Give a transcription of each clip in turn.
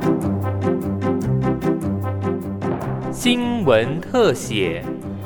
新闻特写。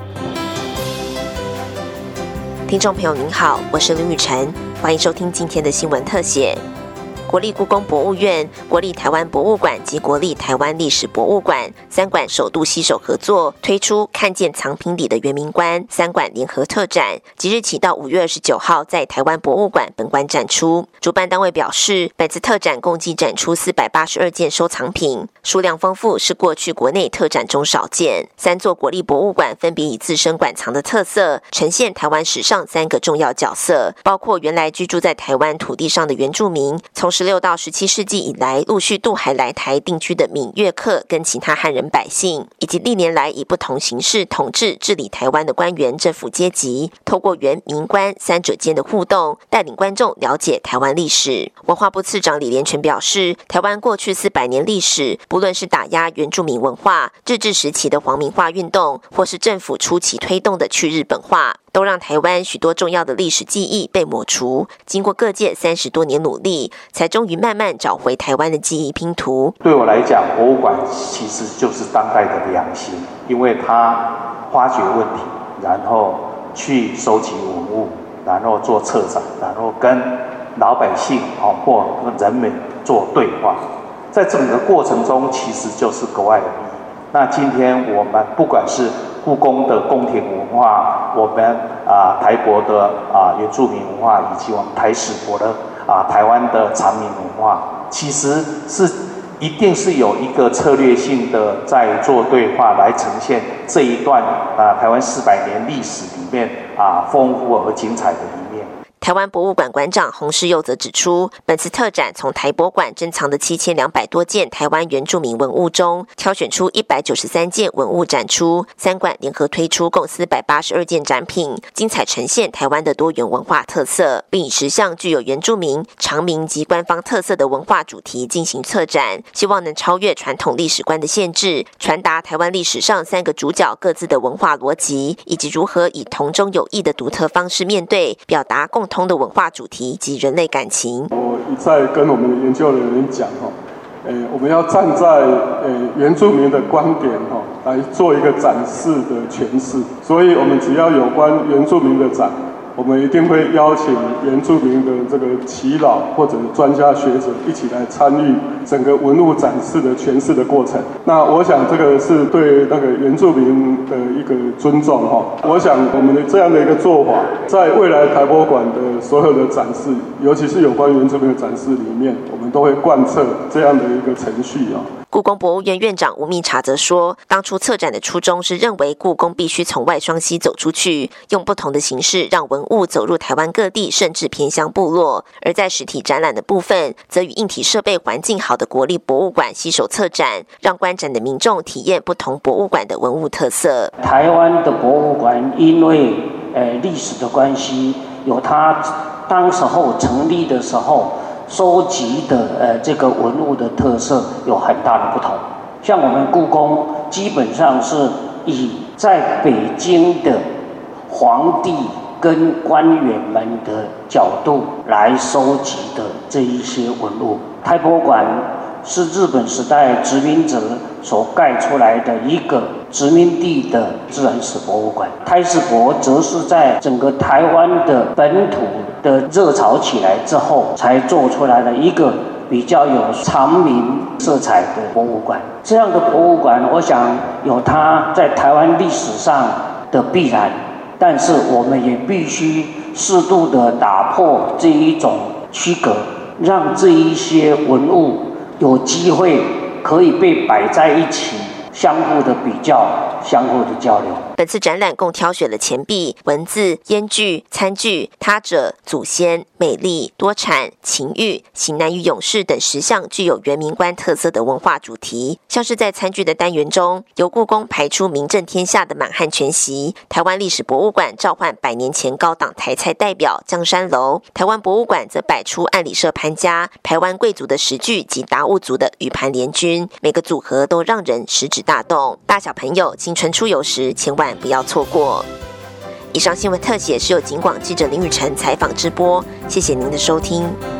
听众朋友您好，我是林雨晨，欢迎收听今天的新闻特写。国立故宫博物院、国立台湾博物馆及国立台湾历史博物馆三馆首度携手合作，推出看见藏品里的圆明观三馆联合特展，即日起到5月29号在台湾博物馆本馆展出。主办单位表示，本次特展共计展出482件收藏品，数量丰富，是过去国内特展中少见。3座国立博物馆分别以自身馆藏的特色，呈现台湾史上3个重要角色，包括原来居住在台湾土地上的原住民，从16到17世纪以来陆续渡海来台定居的闽越客跟其他汉人百姓，以及历年来以不同形式统治治理台湾的官员政府阶级，透过圆明观三者间的互动，带领观众了解台湾历史。文化部次长李连全表示，台湾过去400年历史，不论是打压原住民文化、日治时期的皇民化运动，或是政府初期推动的去日本化，都让台湾许多重要的历史记忆被抹除。经过各界30多年努力，才终于慢慢找回台湾的记忆拼图。 对我来讲，博物馆其实就是当代的良心，因为它发掘问题，然后去收集文物，然后做策展，然后跟老百姓或人们做对话。在整个过程中，其实就是格外有意义。那今天我们不管是故宫的宫廷文化，我们台博的原住民文化，以及我们台史博的台湾的藏民文化，其实是一定是有一个策略性的在做对话，来呈现这一段台湾400年历史里面丰富而精彩的一面。 台湾博物馆馆长洪世佑则指出，本次特展从台博馆珍藏的7200多件台湾原住民文物中，挑选出193件文物展出，三馆联合推出共482件展品，精彩呈现台湾的多元文化特色，并以10项具有原住民、常民及官方特色的文化主题进行策展，希望能超越传统历史观的限制，传达台湾历史上3个主角各自的文化逻辑，以及如何以同中有异的独特方式面对、表达共同的文化主题及人类感情。 我一再跟我们的研究人员讲我们要站在原住民的观点来做一个展示的诠释，所以我们只要有关原住民的展，我们一定会邀请原住民的这个耆老或者专家学者一起来参与整个文物展示的诠释的过程。那我想这个是对那个原住民的一个尊重我想我们的这样的一个做法，在未来台博馆的所有的展示，尤其是有关原住民的展示里面，我们都会贯彻这样的一个程序故宫博物院院长吴密察则说，当初策展的初衷是认为故宫必须从外双溪走出去，用不同的形式让文物走入台湾各地，甚至偏乡部落。而在实体展览的部分，则与硬体设备环境好的国立博物馆携手策展，让观展的民众体验不同博物馆的文物特色。 台湾的博物馆因为历史的关系，有它当时候成立的时候收集的这个文物的特色有很大的不同。像我们故宫基本上是以在北京的皇帝跟官员们的角度来收集的这一些文物。台博馆是日本时代殖民者所盖出来的一个殖民地的自然史博物馆，台史博则是在整个台湾的本土的热潮起来之后，才做出来了一个比较有常民色彩的博物馆。这样的博物馆，我想有它在台湾历史上的必然，但是我们也必须适度的打破这一种区隔，让这一些文物有机会可以被摆在一起，相互的比较，相互的交流。 本次展览共挑选了钱币、文字、烟具、餐具、他者、祖先、美丽、多产、情欲、型男与勇士等10项具有原民观特色的文化主题。像是在餐具的单元中，由故宫排出名震天下的满汉全席，台湾历史博物馆召唤100年前高档台菜代表江山楼，台湾博物馆则摆出按理社潘家、台湾贵族的食具及达悟族的羽盘联军，每个组合都让人食指大动。大小朋友青春出游时，千万不要错过。以上新闻特写是由警广记者林雨晨采访直播，谢谢您的收听。